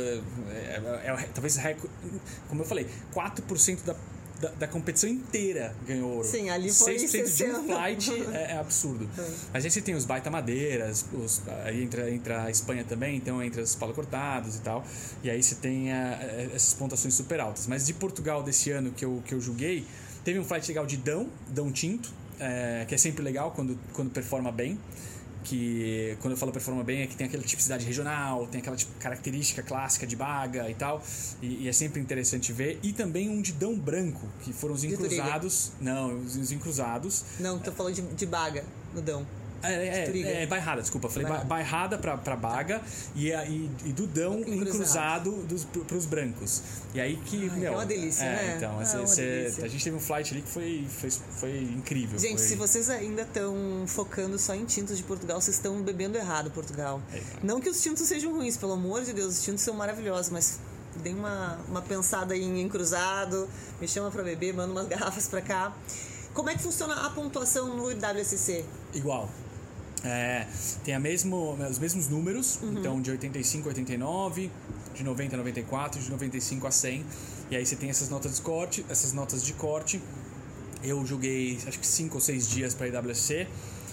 talvez, como eu falei, 4% da competição inteira ganhou ouro. Sim, ali foi 6% de um flight é absurdo. A gente tem os Baita Madeiras, aí entra a Espanha também, então entra os Paulo Cortados e tal, e aí você tem essas pontuações super altas. Mas de Portugal desse ano que eu julguei, teve um flight legal de Dão Tinto, que é sempre legal quando performa bem. Que quando eu falo performa bem é que tem aquela tipicidade regional, tem aquela característica clássica de baga e tal, e é sempre interessante ver. E também um de Dão Branco, que foram os encruzados. Não, os encruzados. Não, tô falando de baga no Dão. Bairrada, desculpa. Falei bairrada pra baga e do Dão encruzado pros brancos. E aí que, é uma delícia, né? Então, a gente teve um flight ali que foi incrível. Gente, se vocês ainda estão focando só em tintos de Portugal, vocês estão bebendo errado, Portugal. Não que os tintos sejam ruins, pelo amor de Deus, os tintos são maravilhosos, mas dê uma pensada aí em encruzado, me chama pra beber, manda umas garrafas pra cá. Como é que funciona a pontuação no WSC? Igual. Tem os mesmos números, então de 85 a 89, de 90 a 94, de 95 a 100, e aí você tem essas notas de corte. Eu joguei acho que 5 ou 6 dias para IWC,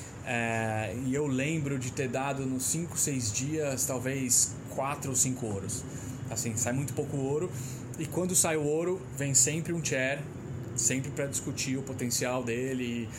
e eu lembro de ter dado nos 5, 6 dias talvez 4 ou 5 ouros. Assim, sai muito pouco ouro, e quando sai o ouro vem sempre um chair, sempre para discutir o potencial dele.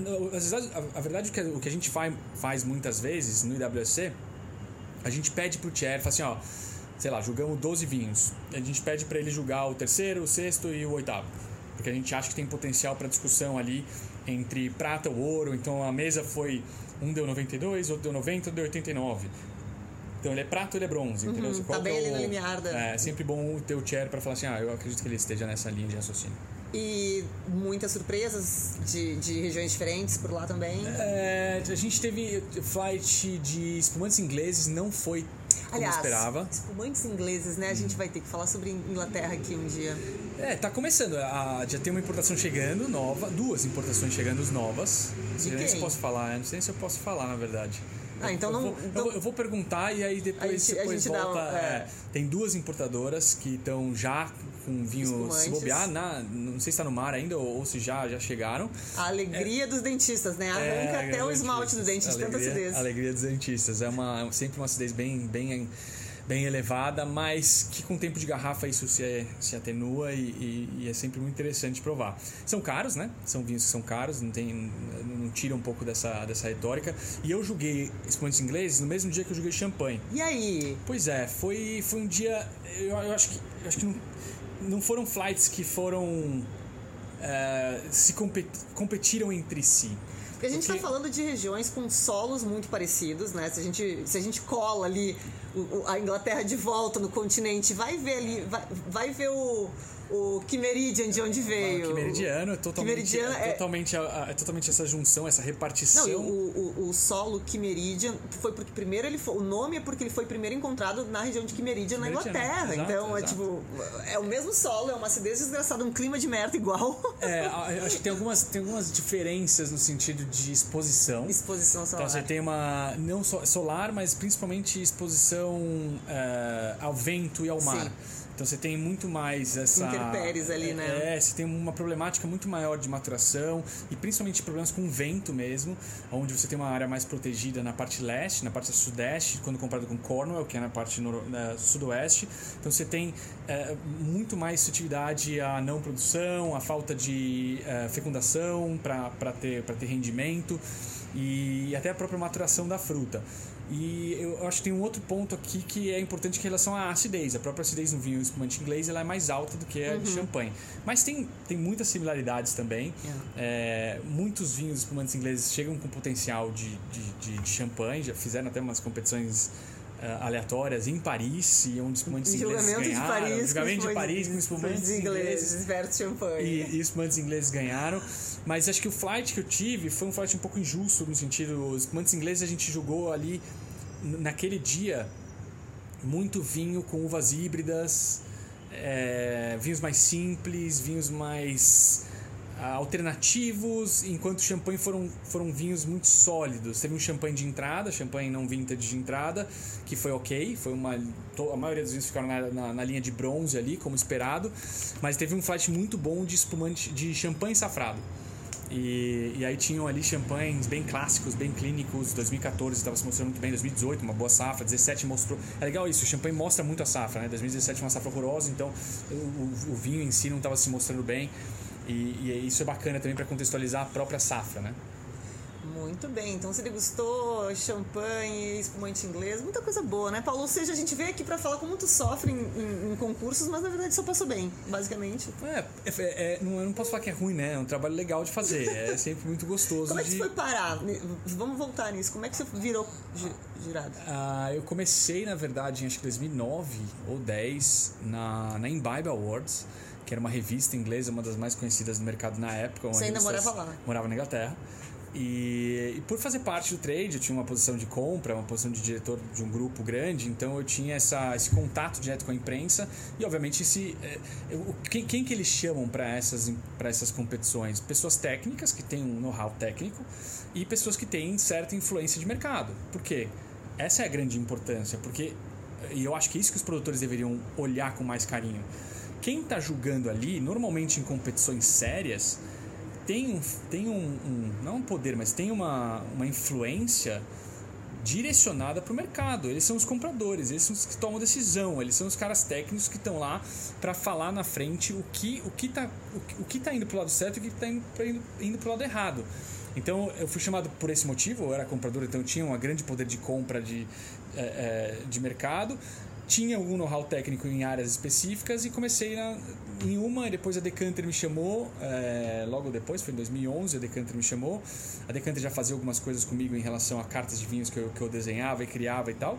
A verdade é que o que a gente faz muitas vezes no IWSC, a gente pede pro chair, fala assim, ó, sei lá, julgamos 12 vinhos, a gente pede para ele julgar o terceiro, o sexto e o oitavo, porque a gente acha que tem potencial para discussão ali entre prata ou ouro. Então a mesa foi, um deu 92, outro deu 90, outro deu 89. Então ele é prata ou ele é bronze, entendeu? Tá bem ali no limiar da... É sempre bom ter o chair para falar assim, eu acredito que ele esteja nessa linha de raciocínio. E muitas surpresas de regiões diferentes por lá também? A gente teve flight de espumantes ingleses, não foi como eu esperava. Espumantes ingleses, né? A gente vai ter que falar sobre Inglaterra aqui um dia. Tá começando. Já tem uma importação chegando nova, 2 importações chegando novas. Não sei se posso falar, não sei se eu posso falar, na verdade. Eu vou perguntar e aí depois volta. Tem 2 importadoras que estão já com vinho, se bobear, não sei se está no mar ainda ou se já chegaram. A alegria dos dentistas, né? Arranca até o esmalte do dente de tanta acidez. A alegria dos dentistas. É sempre uma acidez bem elevada, mas que com o tempo de garrafa isso se atenua e é sempre muito interessante provar. São caros, né? São vinhos que são caros, não tira um pouco dessa retórica. E eu julguei espumantes ingleses no mesmo dia que eu julguei champanhe. E aí? Pois é, foi um dia... Eu acho que não foram flights que foram... se competiram entre si. Porque a gente está falando de regiões com solos muito parecidos, né? Se a gente cola ali a Inglaterra de volta no continente, vai ver ali, vai ver o Quimeridian, de onde veio. O Quimeridiano é totalmente essa junção, essa repartição. Não, o solo Quimeridian foi porque primeiro o nome é porque ele foi primeiro encontrado na região de Quimeridian, na Inglaterra. Exato, então exato. é o mesmo solo, é uma acidez desgraçada, um clima de merda igual. Acho que tem algumas diferenças no sentido de exposição. Exposição solar. Então você tem uma não só solar, mas principalmente exposição ao vento e ao mar. Sim. Então você tem muito mais essa... intempéries ali, né? Você tem uma problemática muito maior de maturação e principalmente problemas com vento mesmo, onde você tem uma área mais protegida na parte leste, na parte sudeste, quando comparado com Cornwall, que é na parte sudoeste. Então você tem muito mais suscetibilidade à não produção, à falta de fecundação para ter rendimento e até a própria maturação da fruta. E eu acho que tem um outro ponto aqui que é importante em relação à acidez. A própria acidez no vinho espumante inglês ela é mais alta do que a de champanhe. Mas tem muitas similaridades também. Muitos vinhos espumantes ingleses chegam com potencial de champanhe. Já fizeram até umas competições aleatórias em Paris, e onde espumantes ingleses ganharam. Julgamento de Paris com espumantes ingleses versus champanhe. E espumantes ingleses ganharam. Mas acho que o flight que eu tive foi um flight um pouco injusto, no sentido, os espumantes ingleses a gente jogou ali naquele dia muito vinho com uvas híbridas, vinhos mais simples, vinhos mais alternativos, enquanto o champanhe foram vinhos muito sólidos. Teve um champanhe de entrada, champanhe não vintage de entrada, que foi ok, a maioria dos vinhos ficaram na linha de bronze ali, como esperado, mas teve um flight muito bom de espumante de champanhe safrado. E aí tinham ali champanhes bem clássicos, bem clínicos. 2014 estava se mostrando muito bem, 2018 uma boa safra, 2017 mostrou... É legal isso, o champanhe mostra muito a safra, né? 2017 uma safra horrorosa, então o vinho em si não estava se mostrando bem. E isso é bacana também para contextualizar a própria safra, né? Muito bem, então você degustou champanhe, espumante inglês, muita coisa boa, né, Paulo? Ou seja, a gente veio aqui pra falar como tu sofre em concursos, mas na verdade só passou bem, basicamente. Eu não posso falar que é ruim, né? É um trabalho legal de fazer, é sempre muito gostoso. Como é que você foi parar? Vamos voltar nisso, como é que você virou jurado? Eu comecei, na verdade, em acho que 2009 ou 10, na Imbibe Awards, que era uma revista inglesa, uma das mais conhecidas do mercado na época. Você ainda morava lá? Morava na Inglaterra. E por fazer parte do trade, eu tinha uma posição de compra, uma posição de diretor de um grupo grande, então eu tinha esse contato direto com a imprensa e, obviamente, quem que eles chamam para essas competições? Pessoas técnicas, que têm um know-how técnico, e pessoas que têm certa influência de mercado. Por quê? Essa é a grande importância, e eu acho que é isso que os produtores deveriam olhar com mais carinho. Quem está julgando ali, normalmente em competições sérias, tem não um poder, mas tem uma influência direcionada para o mercado. Eles são os compradores, eles são os que tomam decisão, eles são os caras técnicos que estão lá para falar na frente o que tá indo para o lado certo e o que está indo para o lado errado. Então eu fui chamado por esse motivo, eu era comprador, então eu tinha um grande poder de compra de mercado. Tinha algum know-how técnico em áreas específicas e comecei em uma, e depois a Decanter me chamou, logo depois, foi em 2011, a Decanter me chamou. A Decanter já fazia algumas coisas comigo em relação a cartas de vinhos que eu desenhava e criava e tal.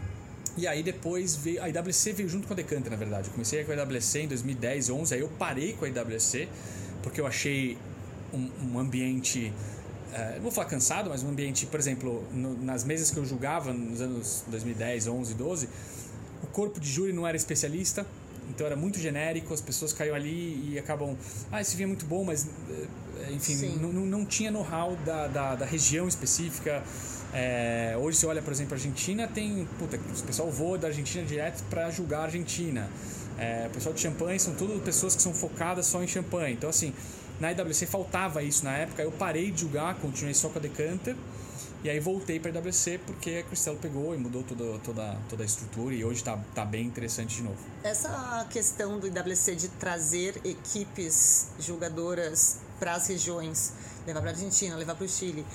E aí depois a IWC veio junto com a Decanter, na verdade. Eu comecei com a IWC em 2010, 11, aí eu parei com a IWC, porque eu achei um ambiente... não vou falar cansado, mas um ambiente, por exemplo, nas mesas que eu julgava nos anos 2010, 11, 12... O corpo de júri não era especialista, então era muito genérico, as pessoas caíam ali e acabam... esse vinho é muito bom, mas, enfim, não tinha know-how da região específica. Hoje você olha, por exemplo, a Argentina, o pessoal voa da Argentina direto para julgar a Argentina. O pessoal de champanhe são tudo pessoas que são focadas só em champanhe. Então, assim, na IWC faltava isso na época, eu parei de julgar, continuei só com a Decanter. E aí voltei para a IWC porque a Cristelo pegou e mudou toda a estrutura, e hoje tá bem interessante de novo. Essa questão do IWC de trazer equipes julgadoras para as regiões, levar para a Argentina, levar para o Chile,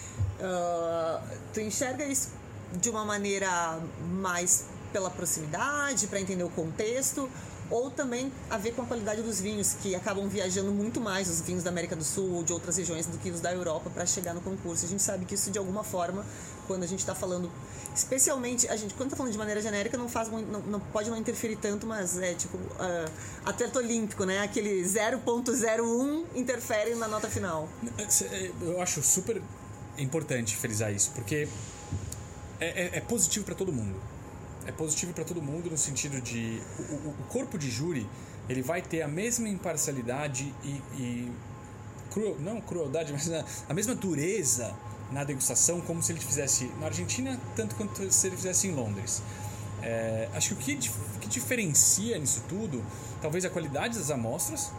tu enxerga isso de uma maneira mais pela proximidade, para entender o contexto, ou também a ver com a qualidade dos vinhos, que acabam viajando muito mais os vinhos da América do Sul ou de outras regiões do que os da Europa para chegar no concurso. A gente sabe que isso, de alguma forma, quando a gente está falando, especialmente, quando está falando de maneira genérica, não pode não interferir tanto, mas é tipo atleta olímpico, né? Aquele 0,01 interfere na nota final. Eu acho super importante frisar isso, porque é positivo para todo mundo. É positivo para todo mundo no sentido de o corpo de júri, ele vai ter a mesma imparcialidade e não crueldade, mas a mesma dureza na degustação como se ele fizesse na Argentina, tanto quanto se ele fizesse em Londres. Acho que o que diferencia nisso tudo, talvez a qualidade das amostras,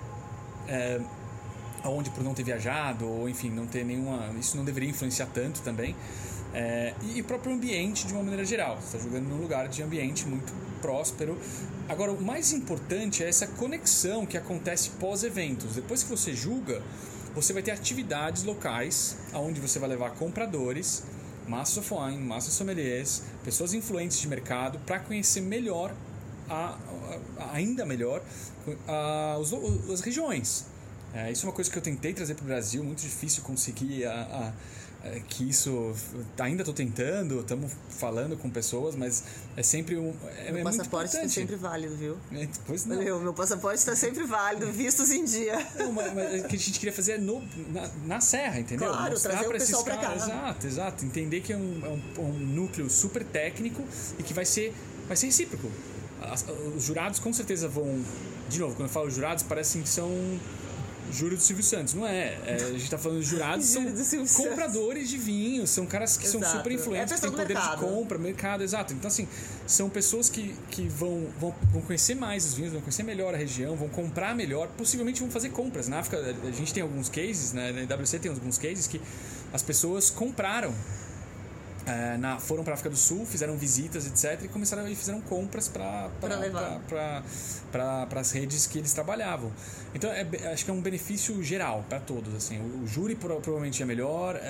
onde por não ter viajado, ou enfim, não ter nenhuma... Isso não deveria influenciar tanto também. E o próprio ambiente de uma maneira geral. Você está jogando num lugar de ambiente muito próspero. Agora, o mais importante é essa conexão que acontece pós-eventos. Depois que você julga, você vai ter atividades locais onde você vai levar compradores, masters of wine, masters sommeliers, pessoas influentes de mercado, para conhecer melhor, ainda melhor, as regiões. Isso é uma coisa que eu tentei trazer para o Brasil, muito difícil conseguir que isso, ainda estou tentando, estamos falando com pessoas, mas é sempre meu passaporte está sempre válido, viu? Pois não. Meu passaporte está sempre válido, vistos em dia. Não, mas o que a gente queria fazer na Serra, entendeu? Claro, mostrar trazer o pessoal para cá. Exato. Entender que é um núcleo super técnico e que vai ser recíproco. Os jurados com certeza vão... De novo, quando eu falo jurados, parecem que são... Júri do Silvio Santos, não é? A gente tá falando de jurados, são compradores de vinhos, são caras que são super influentes, têm poder de compra, mercado, exato. Então, assim, são pessoas que vão conhecer mais os vinhos, vão conhecer melhor a região, vão comprar melhor, possivelmente vão fazer compras. Na África, a gente tem alguns cases, né? Na IWC tem alguns cases que as pessoas compraram. Foram para a África do Sul, fizeram visitas, etc. E fizeram compras para as redes que eles trabalhavam. Então, acho que é um benefício geral para todos. Assim, o júri provavelmente é melhor.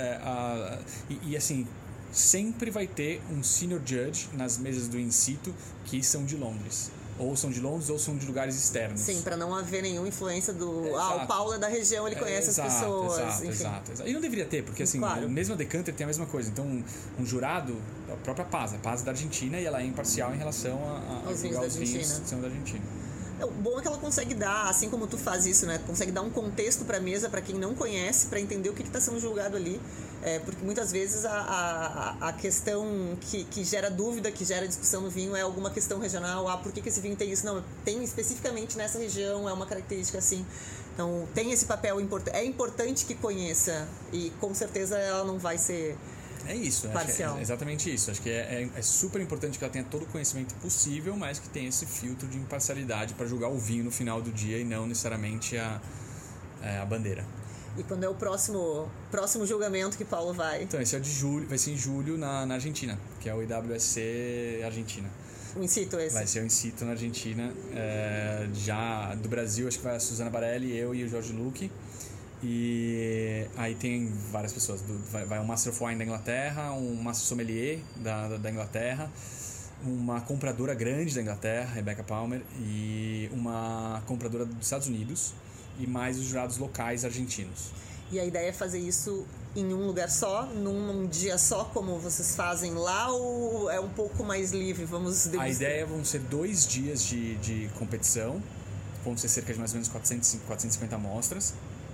E assim, sempre vai ter um senior judge nas mesas do in situ que são de Londres. Ou são de Londres ou são de lugares externos. Sim, para não haver nenhuma influência do... o Paulo é da região, ele conhece as pessoas. Exato. E não deveria ter, porque assim, claro. Mesmo a Decanter tem a mesma coisa. Então, um jurado, a própria Paz é da Argentina e ela é imparcial em relação aos vinhos que são da Argentina. O bom é que ela consegue dar, assim como tu faz isso, né? Consegue dar um contexto para a mesa, para quem não conhece, para entender o que está sendo julgado ali. Porque muitas vezes a questão que gera dúvida, que gera discussão no vinho é alguma questão regional. Por que esse vinho tem isso? Não, tem especificamente nessa região, é uma característica assim. Então, tem esse papel importante. É importante que conheça e, com certeza, ela não vai ser... É isso, parcial. É exatamente isso. Acho que é super importante que ela tenha todo o conhecimento possível, mas que tenha esse filtro de imparcialidade para julgar o vinho no final do dia e não necessariamente a bandeira. E quando é o próximo julgamento que Paulo vai? Então, esse é de julho, vai ser em julho na Argentina, que é o IWSC Argentina. O in situ esse? Vai ser o in situ na Argentina. Já do Brasil, acho que vai a Suzana Barelli, eu e o Jorge Luque. E aí tem várias pessoas. Vai um Master of Wine da Inglaterra, um Master Sommelier da Inglaterra, uma compradora grande da Inglaterra, Rebecca Palmer, e uma compradora dos Estados Unidos, e mais os jurados locais argentinos. E a ideia é fazer isso em um lugar só, num dia só, como vocês fazem lá, ou é um pouco mais livre? A ideia vão ser 2 dias de competição, vão ser cerca de mais ou menos 450 amostras.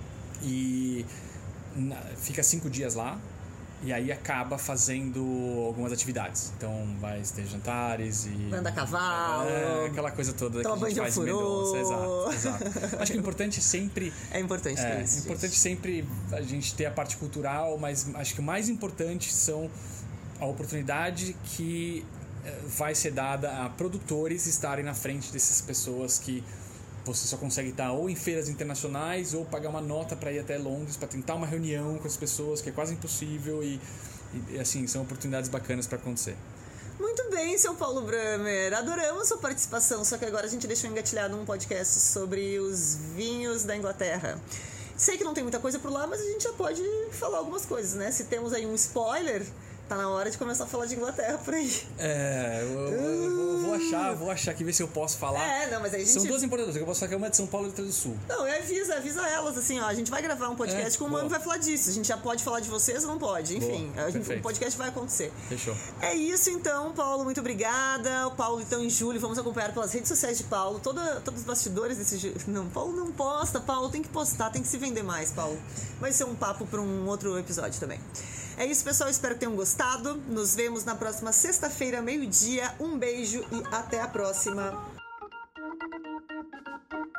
E fica 5 dias lá e aí acaba fazendo algumas atividades. Então vai ter jantares e... Anda a cavalo. Aquela coisa toda que a gente faz em Mendonça. Exato. Acho que o importante sempre... É importante ter isso. É importante sempre a gente ter a parte cultural, mas acho que o mais importante são a oportunidade que vai ser dada a produtores estarem na frente dessas pessoas que você só consegue estar ou em feiras internacionais ou pagar uma nota para ir até Londres para tentar uma reunião com as pessoas, que é quase impossível e assim, são oportunidades bacanas para acontecer. Muito bem, seu Paulo Bramer, adoramos sua participação, só que agora a gente deixou engatilhado um podcast sobre os vinhos da Inglaterra. Sei que não tem muita coisa por lá, mas a gente já pode falar algumas coisas, né? Se temos aí um spoiler, Tá na hora de começar a falar de Inglaterra por aí. Eu vou achar aqui, ver se eu posso falar. Não, mas aí a gente... São duas importadoras, eu posso falar que uma é de São Paulo e outra é do Sul. Não, avisa elas, assim, ó, a gente vai gravar um podcast com o Mano vai falar disso. A gente já pode falar de vocês ou não pode? Enfim, o podcast vai acontecer. Fechou. É isso, então, Paulo, muito obrigada. O Paulo, então, em julho, vamos acompanhar pelas redes sociais de Paulo, todos os bastidores desse... Não, Paulo não posta, Paulo tem que postar, tem que se vender mais, Paulo. Vai ser um papo para um outro episódio também. É isso, pessoal, espero que tenham gostado. Nos vemos na próxima sexta-feira, meio-dia. Um beijo e até a próxima.